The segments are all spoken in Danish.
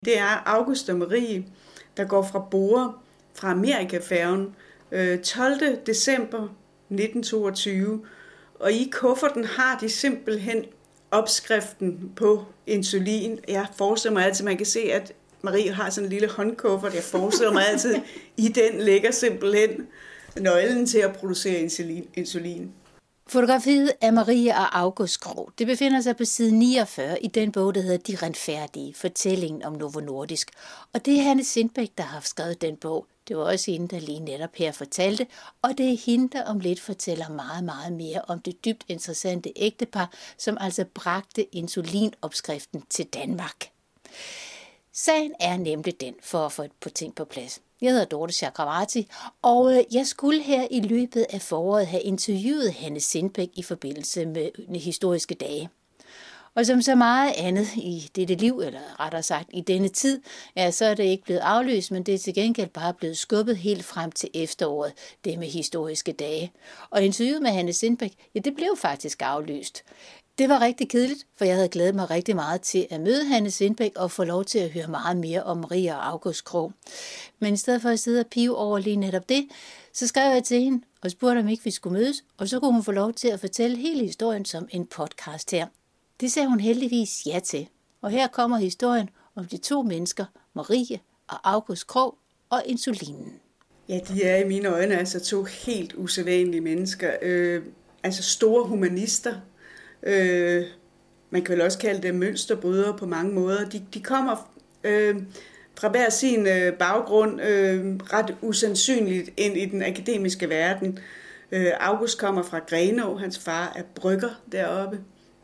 Det er August og Marie, der går fra borde fra Amerikafærgen 12. december 1922. Og i kufferten har de simpelthen opskriften på insulin. Jeg forestiller mig altid, man kan se, at Marie har sådan en lille håndkuffert. Jeg forestiller mig altid, i den ligger simpelthen nøglen til at producere insulin. Fotografiet af Marie og August Krogh, det befinder sig på side 49 i den bog, der hedder De Renfærdige, fortællingen om Novo Nordisk. Og det er Hanne Sindbæk, der har skrevet den bog. Det var også hende, der lige netop her fortalte, og det er hende, der om lidt fortæller meget, meget mere om det dybt interessante ægtepar, som altså bragte insulinopskriften til Danmark. Sagen er nemlig den, for at få et par ting på plads. Jeg hedder Dorte Chakravarty, og jeg skulle her i løbet af foråret have interviewet Hanne Sindbæk i forbindelse med historiske dage. Og som så meget andet i dette liv, eller rettere sagt i denne tid, ja, så er det ikke blevet aflyst, men det er til gengæld bare blevet skubbet helt frem til efteråret, det med historiske dage. Og interviewet med Hanne Sindbæk, ja, det blev faktisk aflyst. Det var rigtig kedeligt, for jeg havde glædet mig rigtig meget til at møde Hanne Sindbæk og få lov til at høre meget mere om Marie og August Krogh. Men i stedet for at sidde og pive over lige netop det, så skrev jeg til hende og spurgte, om ikke vi skulle mødes, og så kunne hun få lov til at fortælle hele historien som en podcast her. Det sagde hun heldigvis ja til. Og her kommer historien om de to mennesker, Marie og August Krogh og insulinen. Ja, de er i mine øjne altså to helt usædvanlige mennesker. Altså store humanister. Man kan vel også kalde det mønsterbrydere på mange måder. De kommer fra hver sin baggrund ret usandsynligt ind i den akademiske verden. August kommer fra Grenaa, hans far er brygger deroppe.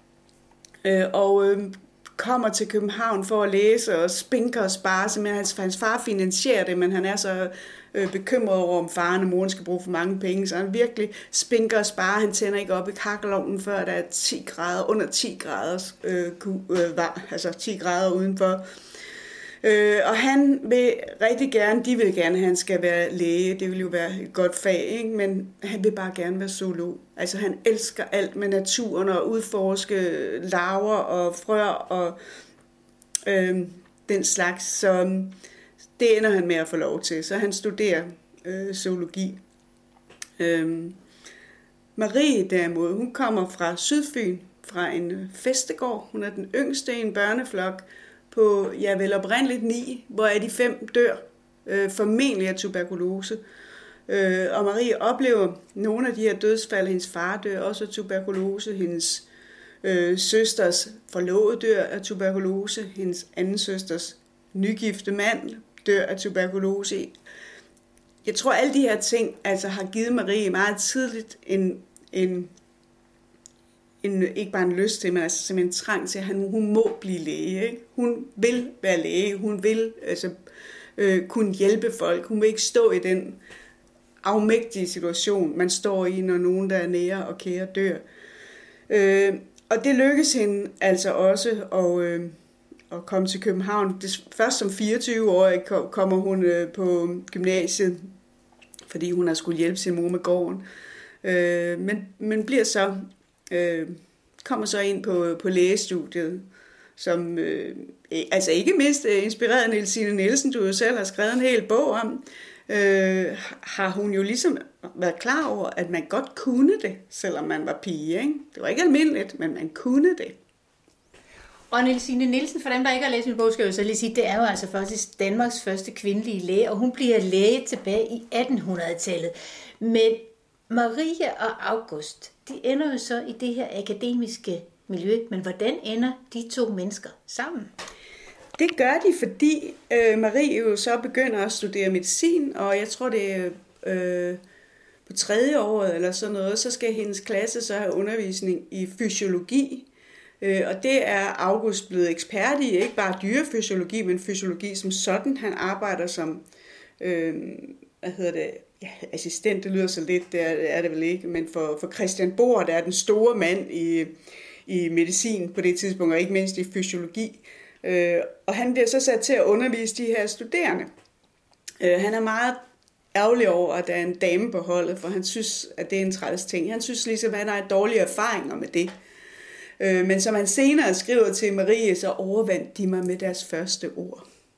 Og kommer til København for at læse og spinker og spare, men hans far finansierer det, men han er så bekymret over, om faren og moren skal bruge for mange penge, så han virkelig spinker og sparer. Han tænder ikke op i kakkelovnen, før der er 10 grader, under 10 grader, altså 10 grader udenfor. Og han vil rigtig gerne, de vil gerne, at han skal være læge, det vil jo være et godt fag, ikke? Men han vil bare gerne være zoolog. Altså han elsker alt med naturen og udforske larver og frør og den slags, så det ender han med at få lov til, så han studerer zoologi. Marie derimod, hun kommer fra Sydfyn, fra en festegård. Hun er den yngste i en børneflok på, ja vel oprindeligt 9, hvor de 5 dør, formentlig af tuberkulose. Og Marie oplever nogle af de her dødsfald. Hendes far dør også af tuberkulose, hendes søsters forlovede dør af tuberkulose, hendes anden søsters nygifte mand dør af tuberkulose. Jeg tror, alle de her ting altså, har givet Marie meget tidligt en ikke bare en lyst til, men altså simpelthen en trang til, at hun må blive læge. Ikke? Hun vil være læge, hun vil altså, kunne hjælpe folk. Hun vil ikke stå i den afmægtige situation, man står i, når nogen, der er nære og kære, dør. Og det lykkes hende altså også at komme til København. Først som 24-årig kommer hun på gymnasiet, fordi hun har skulle hjælpe sin mor med gården. Men bliver så kommer så ind på lægestudiet, som altså ikke mindst inspireret af Nielsine Nielsen, du jo selv har skrevet en hel bog om, har hun jo ligesom været klar over, at man godt kunne det, selvom man var pige. Ikke? Det var ikke almindeligt, men man kunne det. Og Nielsine Nielsen, for dem, der ikke har læst min bog, skal jeg jo så lige sige, det er jo altså faktisk Danmarks første kvindelige læge, og hun bliver læge tilbage i 1800-tallet. Men Marie og August, de ender jo så i det her akademiske miljø, men hvordan ender de to mennesker sammen? Det gør de, fordi Marie jo så begynder at studere medicin, og jeg tror det er på 3. året eller sådan noget, så skal hendes klasse så have undervisning i fysiologi. Og det er August blevet ekspert i, ikke bare dyrefysiologi, men fysiologi som sådan. Han arbejder som assistent, det lyder så lidt, det er det vel ikke, men for Christian Bohr, der er den store mand i medicin på det tidspunkt, og ikke mindst i fysiologi. Og han bliver så sat til at undervise de her studerende. Han er meget ærgerlig over, at der er en dame på holdet, for han synes, at det er en træls ting. Han synes ligesom, at han har dårlige erfaringer med det. Men som han senere skriver til Marie, så overvandt de mig med deres første ord.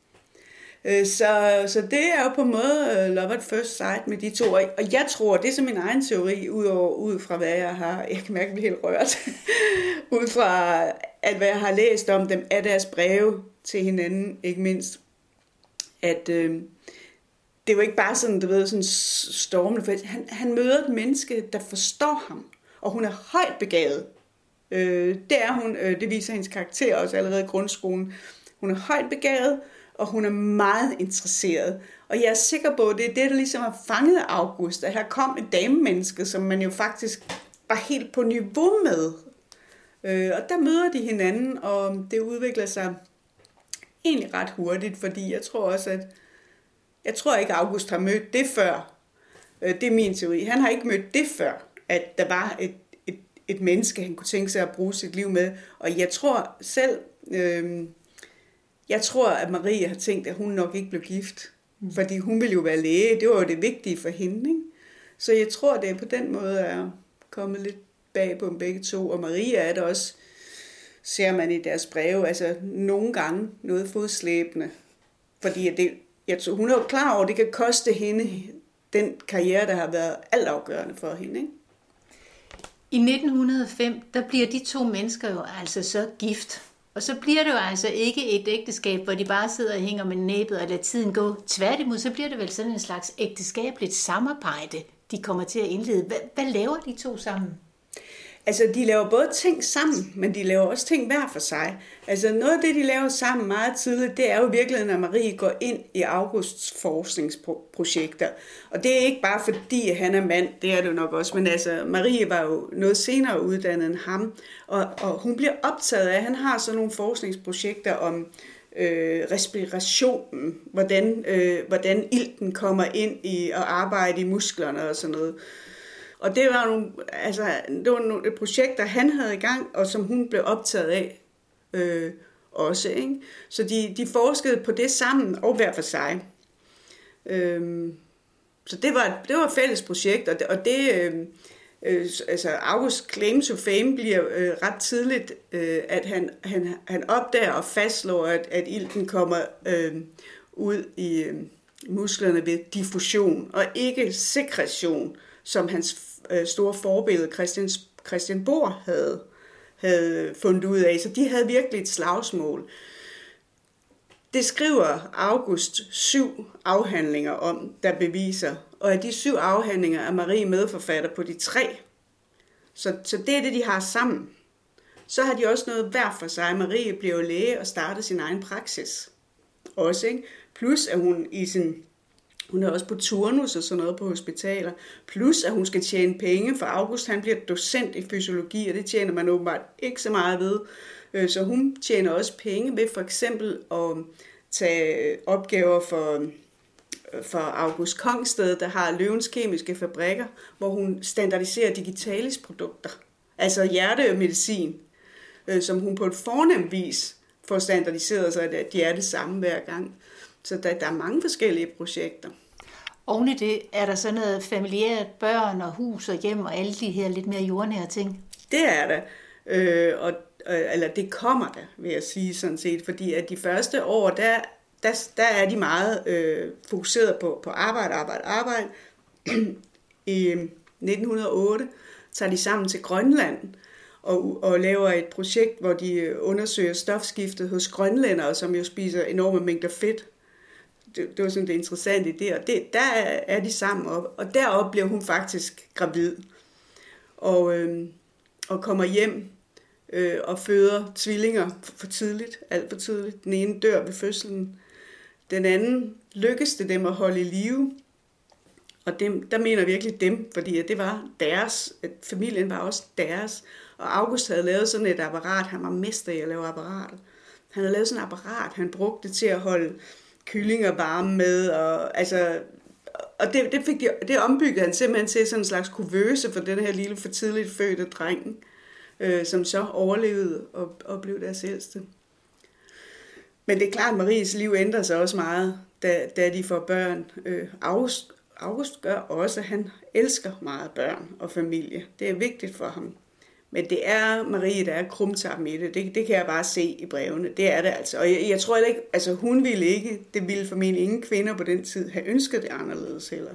Så det er jo på en måde love at first sight med de to. Og jeg tror, det er så min egen teori, ud fra hvad jeg har, jeg kan mærke, at jeg helt rørt, ud fra at hvad jeg har læst om dem, af deres breve til hinanden, ikke mindst, at det er jo ikke bare sådan, du ved, sådan stormende, for han møder et menneske, der forstår ham, og hun er højt begavet. Det er hun, det viser hendes karakter også allerede i grundskolen. Hun er højt begavet, og hun er meget interesseret. Og jeg er sikker på, at det er det, der ligesom har fanget August, at her kom et damemenneske, som man jo faktisk var helt på niveau med. Og der møder de hinanden, og det udvikler sig egentlig ret hurtigt, fordi jeg tror også, jeg tror ikke, August har mødt det før. Det er min teori. Han har ikke mødt det før, at der var et menneske, han kunne tænke sig at bruge sit liv med. Og jeg tror selv, at Marie har tænkt, at hun nok ikke blev gift. Fordi hun ville jo være læge. Det var jo det vigtige for hende. Ikke? Så jeg tror, det på den måde er kommet lidt bag på dem begge to. Og Maria er det også, ser man i deres breve, altså nogle gange noget fodslæbende. Fordi hun er jo klar over, at det kan koste hende den karriere, der har været altafgørende for hende. Ikke? I 1905, der bliver de to mennesker jo altså så gift. Og så bliver det jo altså ikke et ægteskab, hvor de bare sidder og hænger med næbet og lader tiden gå. Tværtimod, så bliver det vel sådan en slags ægteskabeligt samarbejde, de kommer til at indlede. Hvad laver de to sammen? Altså, de laver både ting sammen, men de laver også ting hver for sig. Altså, noget af det, de laver sammen meget tidligt, det er jo virkelig, når Marie går ind i Augusts forskningsprojekter. Og det er ikke bare fordi, han er mand, det er det jo nok også, men altså, Marie var jo noget senere uddannet end ham, og hun bliver optaget af, han har sådan nogle forskningsprojekter om respirationen, hvordan ilten kommer ind i at arbejde i musklerne og sådan noget. Og det var et projekt, der han havde i gang, og som hun blev optaget af også. Ikke? Så de forskede på det sammen, og hver for sig. Så det var et fælles projekt, og det, altså August claim to fame bliver ret tidligt, at han opdager og fastslår, at ilten kommer ud i musklerne ved diffusion, og ikke sekretion, som hans store forbillede Christian Bohr havde fundet ud af. Så de havde virkelig et slagsmål. Det skriver August 7 afhandlinger om, der beviser. Og af de 7 afhandlinger er Marie medforfatter på de 3. Så det er det, de har sammen. Så har de også noget hver for sig. Marie bliver læge og starter sin egen praksis. Også, ikke? Plus at hun er også på turnus og sådan noget på hospitaler. Plus at hun skal tjene penge, for August han bliver docent i fysiologi, og det tjener man åbenbart ikke så meget ved. Så hun tjener også penge ved for eksempel at tage opgaver for August Kongsted, der har Løvens Kemiske Fabrikker, hvor hun standardiserer digitalis produkter. Altså hjertemedicin, som hun på et fornemt vis får standardiseret, så at de er det samme hver gang. Så der er mange forskellige projekter. Oven i det er der sådan noget familiært, børn og hus og hjem og alle de her lidt mere jordnære ting. Det er der. Eller det kommer der, vil jeg sige sådan set. Fordi at de første år, der er de meget fokuseret på arbejde. I 1908 tager de sammen til Grønland og laver et projekt, hvor de undersøger stofskiftet hos grønlændere, som jo spiser enorme mængder fedt. Det var sådan det interessante i det, og der er de sammen op, og deroppe bliver hun faktisk gravid, og kommer hjem og føder tvillinger for tidligt, alt for tidligt. Den ene dør ved fødslen, den anden lykkes det dem at holde i live, og der mener virkelig dem, fordi det var deres, familien var også deres, og August havde lavet sådan et apparat, han var mester i at lave apparater. Han havde lavet sådan et apparat, han brugte til at holde kyllinger varme med, og det ombyggede han simpelthen til sådan en slags kuvøse for den her lille for tidligt fødte dreng, som så overlevede og blev deres ældste. Men det er klart, at Maries liv ændrer sig også meget, da de får børn. August gør også, at han elsker meget børn og familie. Det er vigtigt for ham. Men det er Marie, der er krumtappen i det. Det kan jeg bare se i brevene. Det er det altså. Og jeg tror ikke, altså hun ville ikke, det ville formentlig ingen kvinder på den tid have ønsket det anderledes heller.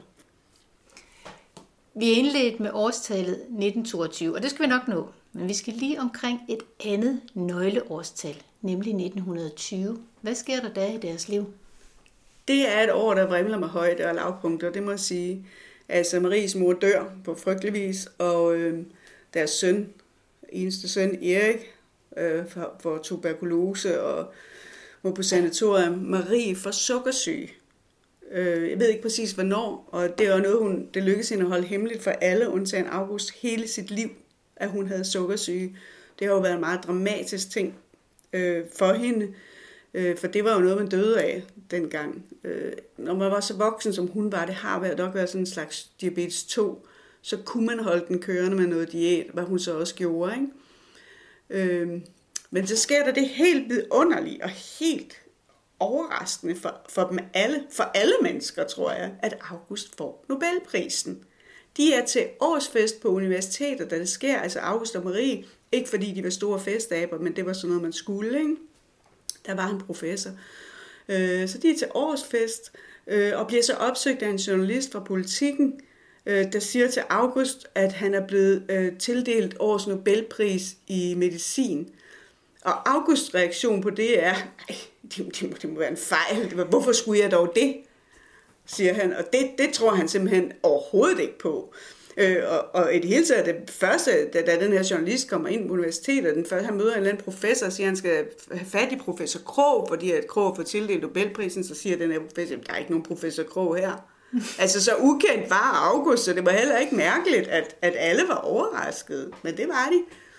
Vi er indledt med årstallet 1922, og det skal vi nok nå. Men vi skal lige omkring et andet nøgleårstal, nemlig 1920. Hvad sker der der i deres liv? Det er et år, der vrimler med højde og lavpunkter, det må jeg sige. Altså Maries mor dør på frygtelig vis, og deres søn, eneste søn Erik, får tuberkulose og må på sanatorium. Marie får sukkersyge. Jeg ved ikke præcis hvornår, og det er noget, det lykkedes hende at holde hemmeligt for alle, undtagen August, hele sit liv, at hun havde sukkersyge. Det har jo været en meget dramatisk ting for hende, for det var jo noget, man døde af dengang. Når man var så voksen, som hun var, det har nok været sådan en slags diabetes 2, så kunne man holde den kørende med noget diæt, hvad hun så også gjorde, ikke? Men så sker der det helt vidunderligt og helt overraskende for dem alle, for alle mennesker, tror jeg, at August får Nobelprisen. De er til årsfest på universitetet, da det sker, altså August og Marie, ikke fordi de var store festaber, men det var sådan noget, man skulle, ikke? Der var en professor. Så de er til årsfest, og bliver så opsøgt af en journalist fra Politiken, der siger til August, at han er blevet tildelt års Nobelpris i medicin. Og Augusts reaktion på det er, det må være en fejl, hvorfor skulle jeg dog det, siger han. Og det tror han simpelthen overhovedet ikke på. Og i det hele taget, det første, da den her journalist kommer ind på universitetet, den første, han møder en eller anden professor og siger, at han skal have fat i professor Krog, fordi at Krog får tildelt Nobelprisen, så siger den her professor, der er ikke nogen professor Krog her. Altså så ukendt var August, så det var heller ikke mærkeligt, at alle var overraskede, men det var de.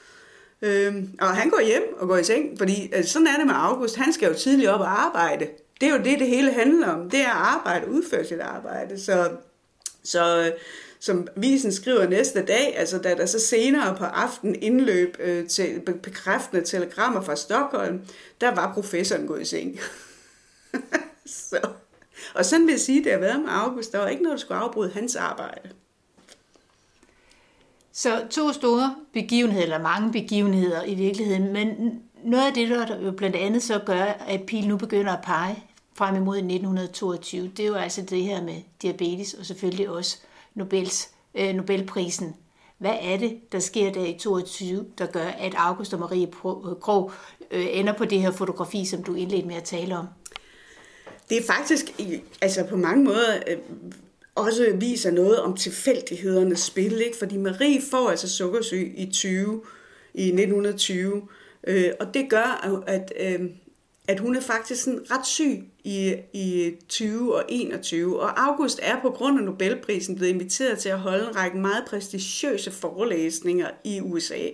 Og han går hjem og går i seng, fordi sådan er det med August, han skal jo tidligt op og arbejde. Det er jo det hele handler om, det er at arbejde, udføre sit arbejde, så som avisen skriver næste dag, altså da der så senere på aftenen indløb til bekræftende telegrammer fra Stockholm, der var professoren gået i seng. Og sådan vil jeg sige, det har været med August, der var ikke noget, der skulle afbryde hans arbejde. Så 2 store begivenheder, eller mange begivenheder i virkeligheden, men noget af det, der jo blandt andet så gør, at pil nu begynder at pege frem imod 1922, det er jo altså det her med diabetes, og selvfølgelig også Nobelprisen. Hvad er det, der sker der i 22, der gør, at August og Marie Krog ender på det her fotografi, som du indledte med at tale om? Det er faktisk, altså på mange måder, også viser noget om tilfældighedernes spil, ikke? Fordi Marie får altså sukkersyge i 1920, og det gør, at hun er faktisk sådan ret syg i 20 og 21, og August er på grund af Nobelprisen blevet inviteret til at holde en række meget prestigiøse forelæsninger i USA.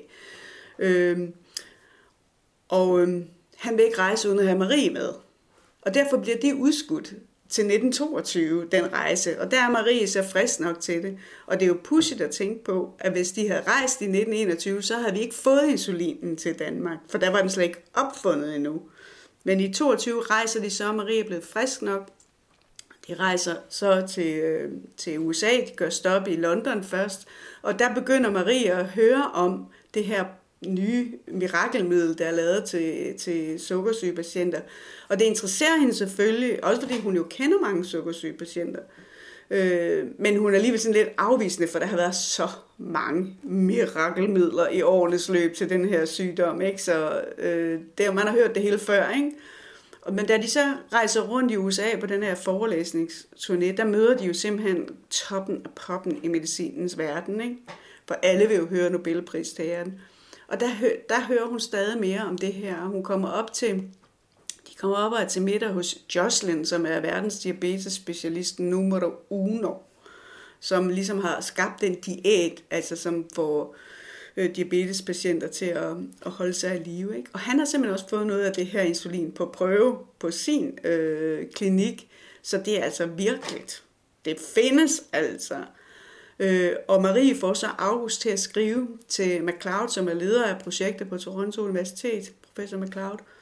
Han vil ikke rejse uden at have Marie med, og derfor bliver de udskudt til 1922, den rejse, og der er Marie så frisk nok til det. Og det er jo pudsigt at tænke på, at hvis de havde rejst i 1921, så havde vi ikke fået insulinen til Danmark, for der var den slet ikke opfundet endnu. Men i 22 rejser de så, og Marie er blevet frisk nok. De rejser så til USA, de gør stop i London først, og der begynder Marie at høre om det her nye mirakelmiddel, der er lavet til sukkersygepatienter. Og det interesserer hende selvfølgelig, også fordi hun jo kender mange sukkersygepatienter. Men hun er alligevel sådan lidt afvisende, for der har været så mange mirakelmidler i årenes løb til den her sygdom. Ikke? Så man har hørt det hele før. Ikke? Men da de så rejser rundt i USA på den her forelæsningsturné, der møder de jo simpelthen toppen af poppen i medicinens verden. Ikke? For alle vil jo høre Nobelpristageren. Og der hører hun stadig mere om det her. Hun kommer op til middag hos Jocelyn, som er verdens diabetes-specialist nummer 1, som ligesom har skabt en diæt, altså som får diabetespatienter til at holde sig i live. Ikke? Og han har simpelthen også fået noget af det her insulin på prøve på sin klinik, så det er altså virkeligt. Det findes altså. Og Marie får så August til at skrive til MacLeod, som er leder af projektet på Toronto Universitet, professor MacLeod,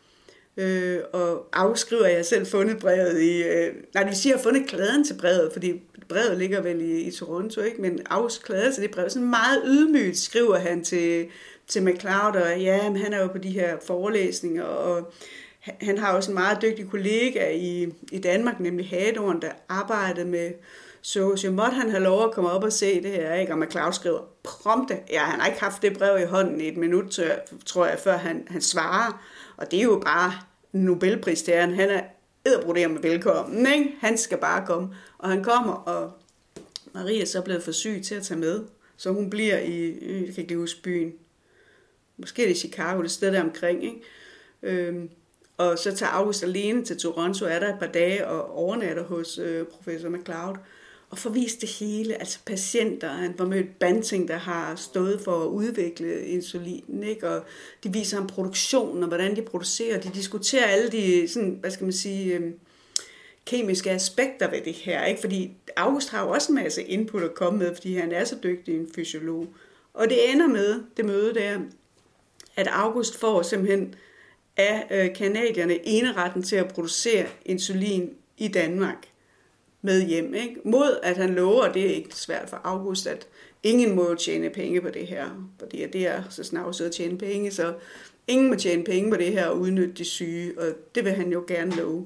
Og afskriver, at jeg selv fundet brevet i... nej, det vil sige, at jeg har fundet klæden til brevet, fordi brevet ligger vel i Toronto, ikke? Men afsklæder til det brev. Sådan meget ydmygt skriver han til MacLeod, og ja, men han er jo på de her forelæsninger, og han har også en meget dygtig kollega i Danmark, nemlig Hadorn, der arbejdede med så måtte han have lov at komme op og se det her, ikke? Og MacLeod skriver prompte. Ja, han har ikke haft det brev i hånden i et minut, tror jeg, før han svarer. Og det er jo bare Nobelpristageren. Han er edderbrudt med velkommen, ikke? Han skal bare komme. Og han kommer, og Marie er så blevet for syg til at tage med. Så hun bliver jeg kan ikke huske byen. Måske er det Chicago, det sted der omkring, ikke? Og så tager August alene til Toronto, er der et par dage og overnatter hos professor MacLeod. Og får vist det hele, altså patienter, han var mødt Banting, der har stået for at udvikle insulin, ikke? Og de viser ham produktionen og hvordan de producerer, de diskuterer alle de, sådan, hvad skal man sige, kemiske aspekter ved det her, ikke? Fordi August har jo også en masse input at komme med, fordi han er så dygtig en fysiolog. Og det ender med, det møde der, at August får simpelthen af kanadierne eneretten til at producere insulin i Danmark med hjem, ikke? Mod at han lover, og det er ikke svært for August, at ingen må tjene penge på det her, fordi det er så snavset at tjene penge, så ingen må tjene penge på det her og udnytte de syge, og det vil han jo gerne love.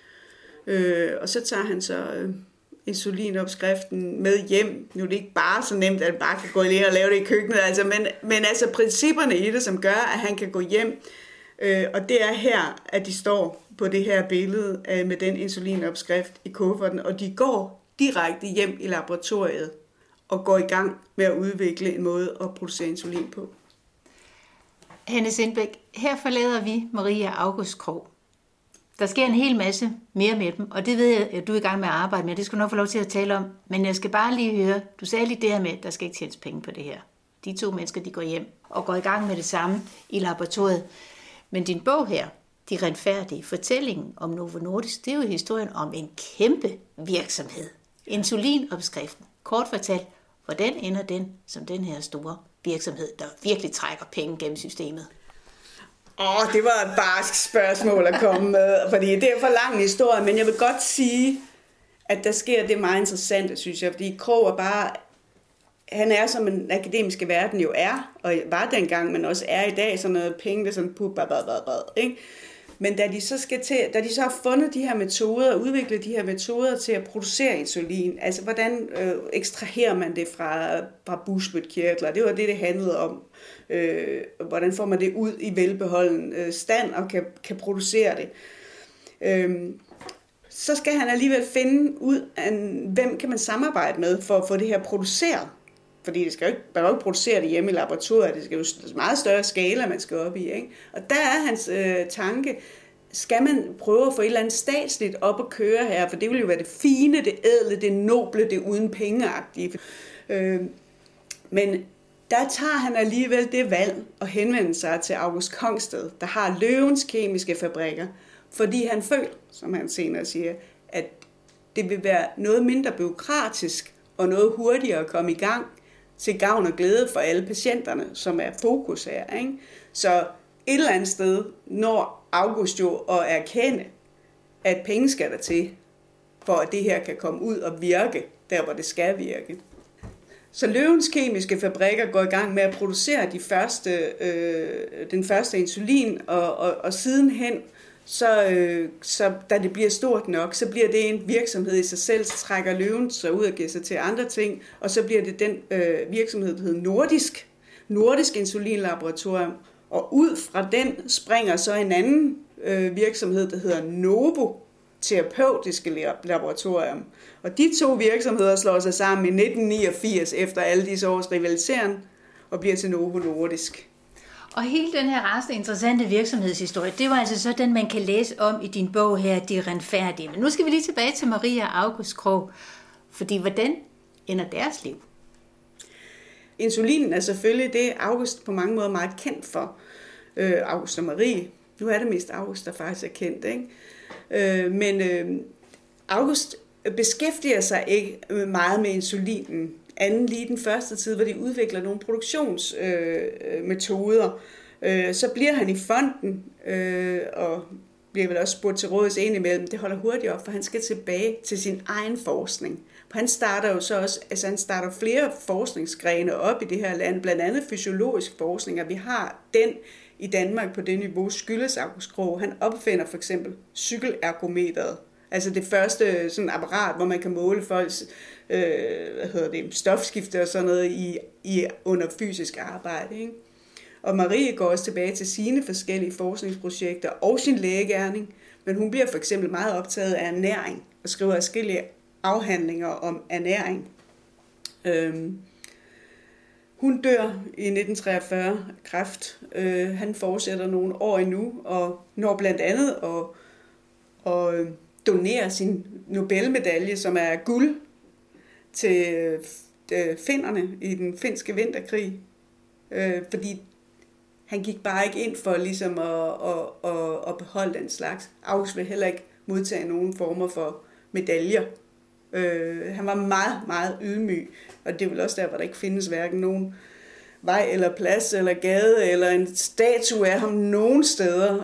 Og så tager han så insulinopskriften med hjem. Nu er det ikke bare så nemt, at han bare kan gå ind og lave det i køkkenet, altså, men altså principperne i det, som gør, at han kan gå hjem. Og det er her, at de står på det her billede med den insulinopskrift i kufferten, og de går direkte hjem i laboratoriet og går i gang med at udvikle en måde at producere insulin på. Hanne Sindbæk, her forlader vi Marie og August Krogh. Der sker en hel masse mere med dem, og det ved jeg, at du er i gang med at arbejde med. Det skal du nok få lov til at tale om. Men jeg skal bare lige høre, du sagde lige det her med, at der skal ikke tjenes penge på det her. De to mennesker, de går hjem og går i gang med det samme i laboratoriet. Men din bog her, De Renfærdige, fortællingen om Novo Nordisk, det er jo historien om en kæmpe virksomhed. Insulinopskriften. Kort fortalt, hvordan ender den som den her store virksomhed, der virkelig trækker penge gennem systemet? Det var et barsk spørgsmål at komme med, fordi det er for lang historie, men jeg vil godt sige, at der sker det meget interessante, synes jeg, fordi Krogh er bare, han er som en akademiske verden jo er, og var dengang, men også er i dag, sådan noget penge, det er sådan ikke? Men da de så har fundet de her metoder, udviklet de her metoder til at producere insulin, altså hvordan ekstraherer man det fra bugspytkirtler, det var det handlede om. Hvordan får man det ud i velbeholden stand og kan producere det. Så skal han alligevel finde ud af, hvem kan man samarbejde med for at få det her produceret. Fordi det skal jo ikke, man kan jo ikke producere det hjemme i laboratoriet, det skal jo meget større skala, man skal op i, ikke? Og der er hans tanke, skal man prøve at få et eller andet statsligt op at køre her, for det vil jo være det fine, det ædle, det noble, det uden pengeagtige. Men der tager han alligevel det valg at henvende sig til August Kongsted, der har Løvens Kemiske Fabrikker, fordi han føler, som han senere siger, at det vil være noget mindre bureaukratisk og noget hurtigere at komme i gang til gavn og glæde for alle patienterne, som er fokus her, ikke? Så et eller andet sted når August jo at erkende, at penge skal der til, for at det her kan komme ud og virke, der hvor det skal virke. Så Løvens Kemiske Fabrikker går i gang med at producere den første insulin, og sidenhen, så da det bliver stort nok, så bliver det en virksomhed i sig selv, så trækker Løven sig ud og giver sig til andre ting, og så bliver det den virksomhed, der hedder Nordisk Insulinlaboratorium, og ud fra den springer så en anden virksomhed, der hedder Novo Terapeutiske Laboratorium. Og de to virksomheder slår sig sammen i 1989 efter alle disse års rivalisering og bliver til Novo Nordisk. Og hele den her rasende interessante virksomhedshistorie, det var altså så den, man kan læse om i din bog her, De Renfærdige. Men nu skal vi lige tilbage til Marie og August Krogh, fordi hvordan ender deres liv? Insulinen er selvfølgelig det, August på mange måder er meget kendt for. August og Marie. Nu er det mest August, der faktisk er kendt, ikke? Men August beskæftiger sig ikke meget med insulinen, anden lige den første tid, hvor de udvikler nogle produktionsmetoder. Så bliver han i fonden og bliver vel også spurgt til råds indimellem, det holder hurtigt op, for han skal tilbage til sin egen forskning. Han starter jo så også, altså han starter flere forskningsgrene op i det her land, blandt andet fysiologisk forskning, og vi har den i Danmark på det niveau, skyldes August Krogh. Han opfinder for eksempel cykelergometeret, altså det første sådan apparat, hvor man kan måle folks stofskifte og sådan noget under fysisk arbejde, ikke? Og Marie går også tilbage til sine forskellige forskningsprojekter og sin lægegerning, men hun bliver for eksempel meget optaget af ernæring og skriver forskellige afhandlinger om ernæring. Hun dør i 1943 af kræft. Han fortsætter nogle år endnu og når blandt andet at donere sin Nobelmedalje, som er guld, til finnerne i den finske vinterkrig. Fordi han gik bare ikke ind for ligesom at beholde den slags. August vil heller ikke modtage nogen former for medaljer. Han var meget, meget ydmyg, og det er vel også der, hvor der ikke findes hverken nogen vej eller plads eller gade eller en statue af ham nogen steder.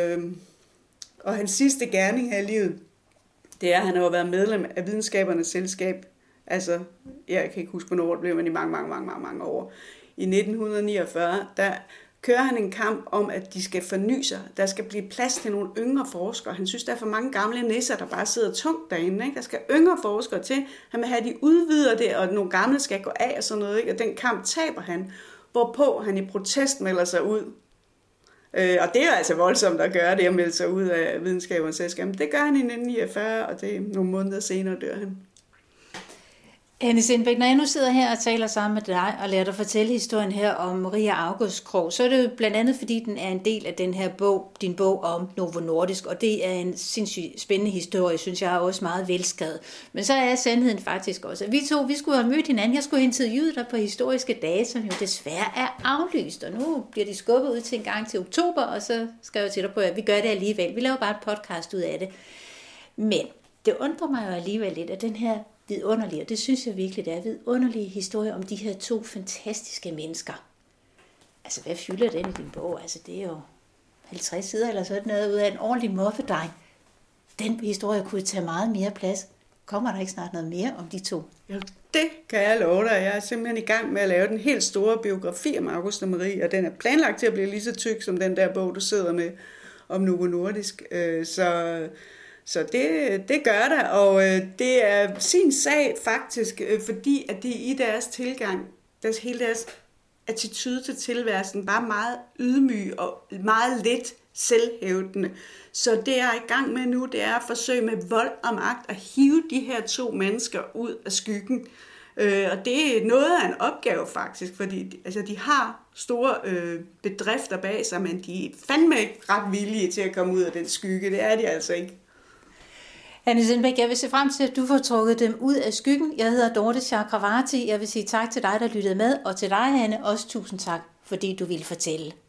Og hans sidste gerning her i livet, det er, at han har været medlem af Videnskabernes Selskab. Altså, jeg kan ikke huske, hvornår det blev, men i mange år. I 1949, der kører han en kamp om, at de skal forny sig. Der skal blive plads til nogle yngre forskere. Han synes, der er for mange gamle nisser, der bare sidder tungt derinde. Ikke? Der skal yngre forskere til. Han vil have, de udvider det, og nogle gamle skal gå af og sådan noget. Ikke? Og den kamp taber han, hvorpå han i protest melder sig ud. Og det er altså voldsomt at gøre det, at melde sig ud af Videnskabernes Selskab. Det gør han i 1949, og det er nogle måneder senere dør han. Anne Sindbæk, når jeg nu sidder her og taler sammen med dig og lader dig fortælle historien her om Marie August Krogh, så er det jo blandt andet, fordi den er en del af den her bog, din bog om Novo Nordisk, og det er en sindssygt spændende historie, synes jeg er også meget velskrevet. Men så er sandheden faktisk også, at vi skulle have mødt hinanden. Jeg skulle interviewe dig på historiske dage, som jo desværre er aflyst, og nu bliver de skubbet ud til en gang til oktober, og så skal jeg til dig på, at vi gør det alligevel. Vi laver bare et podcast ud af det. Men det undrer mig jo alligevel lidt, at den her vidunderlige, og det synes jeg virkelig, det er vidunderlige historie om de her to fantastiske mennesker. Altså, hvad fylder den i din bog? Altså, det er jo 50 sider eller sådan noget ud af en ordentlig moffedreng. Den historie kunne tage meget mere plads. Kommer der ikke snart noget mere om de to? Ja, det kan jeg love dig. Jeg er simpelthen i gang med at lave den helt store biografi om August og Marie, og den er planlagt til at blive lige så tyk som den der bog, du sidder med om Novo Nordisk. Så det gør der, og det er sin sag faktisk, fordi at de i deres tilgang, hele deres attitude til tilværelsen, bare meget ydmyg og meget lidt selvhævdende. Så det jeg er i gang med nu, det er at forsøge med vold og magt at hive de her to mennesker ud af skyggen. Og det er noget af en opgave faktisk, fordi altså, de har store bedrifter bag sig, men de er fandme ikke ret villige til at komme ud af den skygge. Det er de altså ikke. Anne Sindbæk, jeg vil se frem til, at du får trukket dem ud af skyggen. Jeg hedder Dorte Chakravarty. Jeg vil sige tak til dig, der lyttede med, og til dig, Anne, også tusind tak, fordi du ville fortælle.